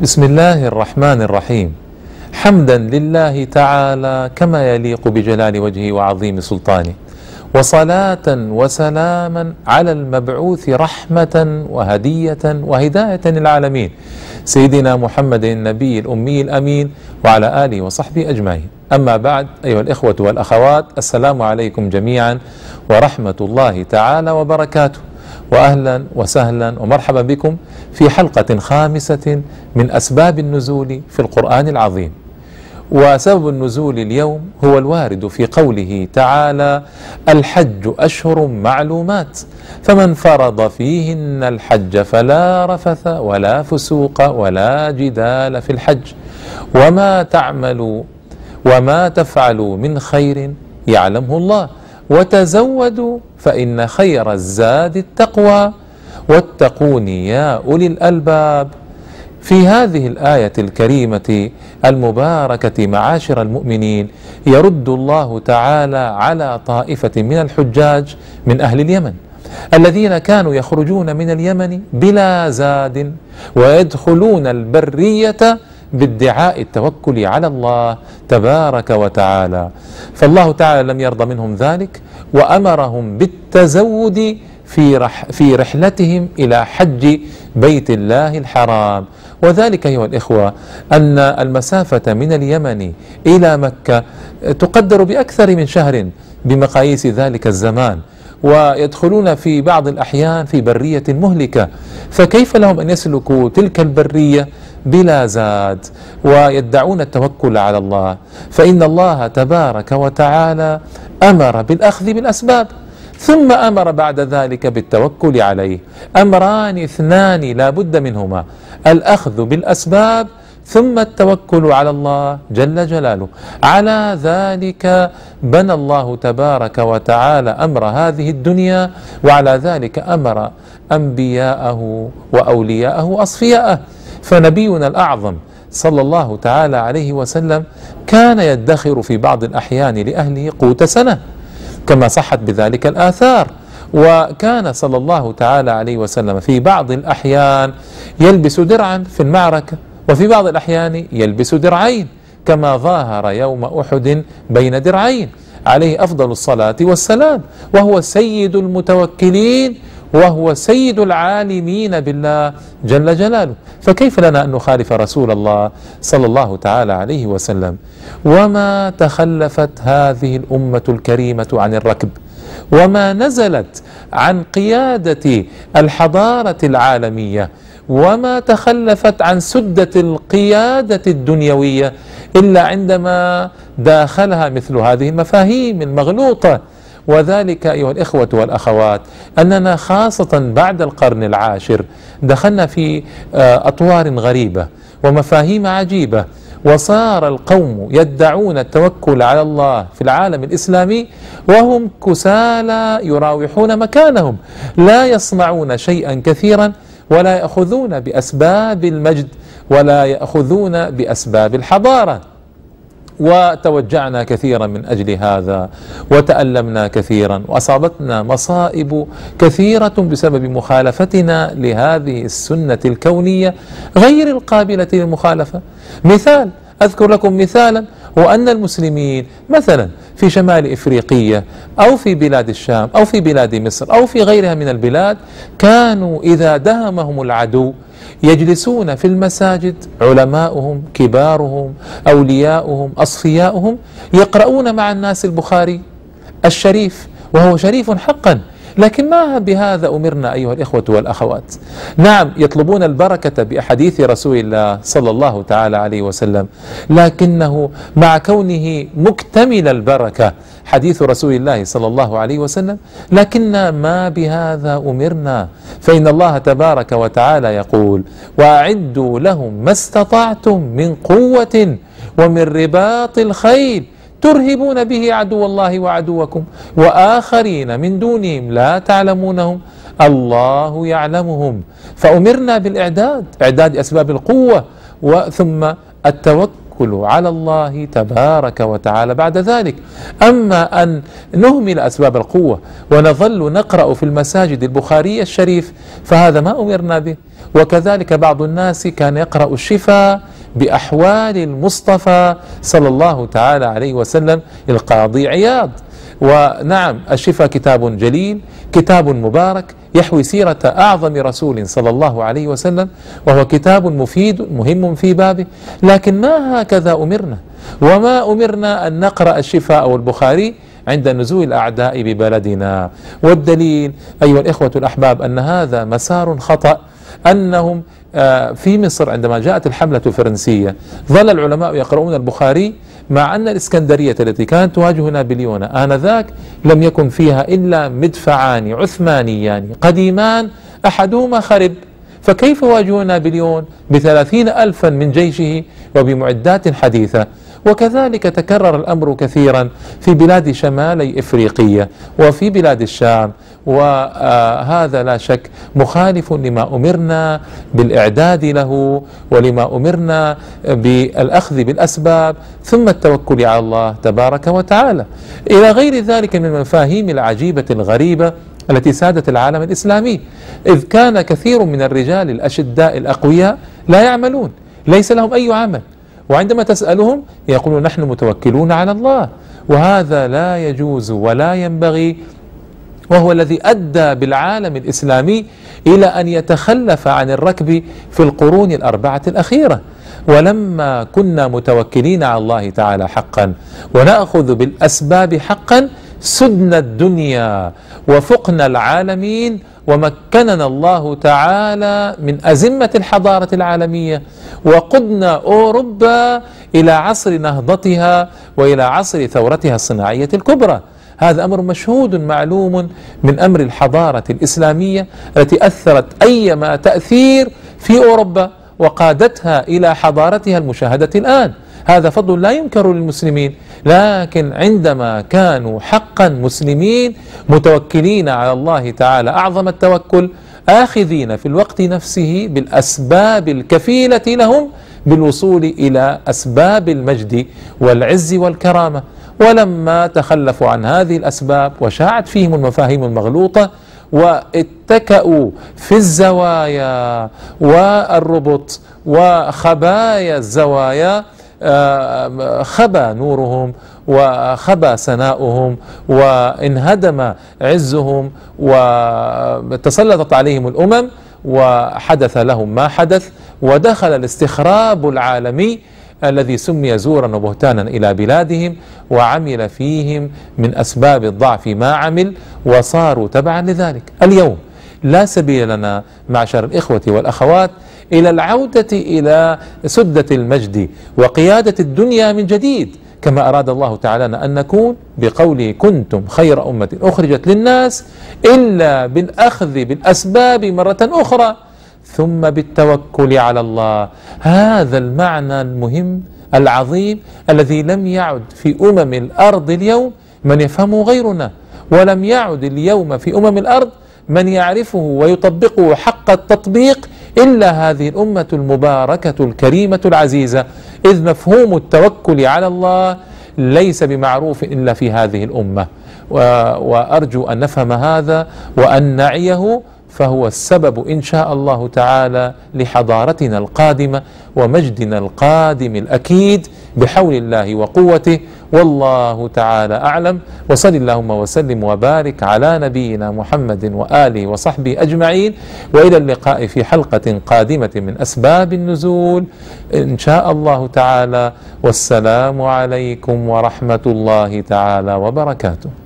بسم الله الرحمن الرحيم. حمدا لله تعالى كما يليق بجلال وجهه وعظيم سلطانه، وصلاة وسلاما على المبعوث رحمة وهدية وهداية للعالمين سيدنا محمد النبي الأمي الأمين وعلى آله وصحبه أجمعين. أما بعد، أيها الإخوة والأخوات، السلام عليكم جميعا ورحمة الله تعالى وبركاته، وأهلا وسهلا ومرحبا بكم في حلقة خامسة من أسباب النزول في القرآن العظيم. وسبب النزول اليوم هو الوارد في قوله تعالى: الحج أشهر معلومات، فمن فرض فيهن الحج فلا رفث ولا فسوق ولا جدال في الحج، وما تفعلوا من خير يعلمه الله، وتزودوا فإن خير الزاد التقوى واتقون يا أولي الألباب. في هذه الآية الكريمة المباركة معاشر المؤمنين، يرد الله تعالى على طائفة من الحجاج من أهل اليمن الذين كانوا يخرجون من اليمن بلا زاد ويدخلون البرية بادعاء التوكل على الله تبارك وتعالى، فالله تعالى لم يرضى منهم ذلك وأمرهم بالتزود في رحلتهم إلى حج بيت الله الحرام. وذلك أيها الإخوة أن المسافة من اليمن إلى مكة تقدر بأكثر من شهر بمقاييس ذلك الزمان، ويدخلون في بعض الأحيان في برية مهلكة، فكيف لهم أن يسلكوا تلك البرية بلا زاد ويدعون التوكل على الله؟ فإن الله تبارك وتعالى أمر بالأخذ بالأسباب، ثم أمر بعد ذلك بالتوكل عليه. أمران اثنان لا بد منهما: الأخذ بالأسباب ثم التوكل على الله جل جلاله. على ذلك بنى الله تبارك وتعالى أمر هذه الدنيا، وعلى ذلك أمر أنبياءه وأولياءه وأصفياءه. فنبينا الأعظم صلى الله تعالى عليه وسلم كان يدخر في بعض الأحيان لأهله قوت سنة كما صحت بذلك الآثار، وكان صلى الله تعالى عليه وسلم في بعض الأحيان يلبس درعا في المعركة، وفي بعض الأحيان يلبس درعين كما ظاهر يوم أحد بين درعين، عليه أفضل الصلاة والسلام، وهو سيد المتوكلين وهو سيد العالمين بالله جل جلاله. فكيف لنا أن نخالف رسول الله صلى الله تعالى عليه وسلم؟ وما تخلفت هذه الأمة الكريمة عن الركب، وما نزلت عن قيادة الحضارة العالمية، وما تخلفت عن سدة القيادة الدنيوية إلا عندما داخلها مثل هذه المفاهيم المغلوطة. وذلك أيها الإخوة والأخوات أننا خاصة بعد القرن العاشر دخلنا في أطوار غريبة ومفاهيم عجيبة، وصار القوم يدعون التوكل على الله في العالم الإسلامي وهم كسالى يراوحون مكانهم، لا يصنعون شيئا كثيرا ولا يأخذون بأسباب المجد ولا يأخذون بأسباب الحضارة. وتوجعنا كثيرا من أجل هذا، وتألمنا كثيرا، وأصابتنا مصائب كثيرة بسبب مخالفتنا لهذه السنة الكونية غير القابلة للمخالفة. أذكر لكم مثالا، وأن المسلمين مثلا في شمال إفريقيا أو في بلاد الشام أو في بلاد مصر أو في غيرها من البلاد، كانوا إذا دهمهم العدو يجلسون في المساجد، علماؤهم كبارهم أولياؤهم أصفياؤهم يقرؤون مع الناس البخاري الشريف، وهو شريف حقا، لكن ما بهذا أمرنا أيها الإخوة والأخوات. نعم، يطلبون البركة بأحاديث رسول الله صلى الله تعالى عليه وسلم، لكنه مع كونه مكتمل البركة حديث رسول الله صلى الله عليه وسلم، لكن ما بهذا أمرنا. فإن الله تبارك وتعالى يقول: وأعدوا لهم ما استطعتم من قوة ومن رباط الخيل ترهبون به عدو الله وعدوكم وآخرين من دونهم لا تعلمونهم الله يعلمهم. فأمرنا بالإعداد، إعداد أسباب القوة، ثم التوكل على الله تبارك وتعالى بعد ذلك. أما أن نهمل أسباب القوة ونظل نقرأ في المساجد البخاري الشريف فهذا ما أمرنا به. وكذلك بعض الناس كان يقرأ الشفاء بأحوال المصطفى صلى الله تعالى عليه وسلم القاضي عياض. ونعم، الشفاء كتاب جليل، كتاب مبارك يحوي سيرة أعظم رسول صلى الله عليه وسلم، وهو كتاب مفيد مهم في بابه، لكن ما هكذا أمرنا، وما أمرنا أن نقرأ الشفاء أو البخاري عند نزول الأعداء ببلدنا. والدليل أيها الإخوة الأحباب أن هذا مسار خطأ، أنهم في مصر عندما جاءت الحملة الفرنسية ظل العلماء يقرؤون البخاري، مع أن الإسكندرية التي كانت تواجه نابليون آنذاك لم يكن فيها إلا مدفعان عثمانيان قديمان أحدهما خرب، فكيف يواجهون نابليون ب30,000 من جيشه وبمعدات حديثة؟ وكذلك تكرر الأمر كثيرا في بلاد شمالي إفريقيا وفي بلاد الشام، وهذا لا شك مخالف لما أمرنا بالإعداد له، ولما أمرنا بالأخذ بالأسباب ثم التوكل على الله تبارك وتعالى، إلى غير ذلك من المفاهيم العجيبة الغريبة التي سادت العالم الإسلامي، إذ كان كثير من الرجال الأشداء الأقوياء لا يعملون، ليس لهم أي عمل، وعندما تسألهم يقولون نحن متوكلون على الله، وهذا لا يجوز ولا ينبغي، وهو الذي أدى بالعالم الإسلامي إلى أن يتخلف عن الركب في القرون الأربعة الأخيرة. ولما كنا متوكلين على الله تعالى حقا ونأخذ بالأسباب حقا سدنا الدنيا وفقنا العالمين، ومكننا الله تعالى من أزمة الحضارة العالمية، وقدنا أوروبا إلى عصر نهضتها وإلى عصر ثورتها الصناعية الكبرى. هذا أمر مشهود معلوم من أمر الحضارة الإسلامية التي أثرت أيما تأثير في أوروبا وقادتها إلى حضارتها المشاهدة الآن. هذا فضل لا ينكر للمسلمين، لكن عندما كانوا حقا مسلمين متوكلين على الله تعالى أعظم التوكل، آخذين في الوقت نفسه بالأسباب الكفيلة لهم بالوصول إلى أسباب المجد والعز والكرامة، ولما تخلفوا عن هذه الأسباب وشاعت فيهم المفاهيم المغلوطة واتكأوا في الزوايا والربط وخبايا الزوايا، خبى نورهم وخبى سناؤهم وانهدم عزهم وتسلطت عليهم الأمم وحدث لهم ما حدث، ودخل الاستخراب العالمي الذي سمي زورا وبهتانا إلى بلادهم، وعمل فيهم من أسباب الضعف ما عمل، وصاروا تبعا لذلك. اليوم لا سبيل لنا معشر الإخوة والأخوات إلى العودة إلى سدة المجد وقيادة الدنيا من جديد كما أراد الله تعالى أن نكون بقوله كنتم خير أمة أخرجت للناس، إلا بالأخذ بالأسباب مرة أخرى ثم بالتوكل على الله. هذا المعنى المهم العظيم الذي لم يعد في أمم الأرض اليوم من يفهمه غيرنا، ولم يعد اليوم في أمم الأرض من يعرفه ويطبقه حق التطبيق إلا هذه الأمة المباركة الكريمة العزيزة، إذ مفهوم التوكل على الله ليس بمعروف إلا في هذه الأمة، وأرجو أن نفهم هذا وأن نعيه، فهو السبب إن شاء الله تعالى لحضارتنا القادمة ومجدنا القادم الأكيد بحول الله وقوته، والله تعالى أعلم. وصل اللهم وسلم وبارك على نبينا محمد وآله وصحبه أجمعين، وإلى اللقاء في حلقة قادمة من أسباب النزول إن شاء الله تعالى، والسلام عليكم ورحمة الله تعالى وبركاته.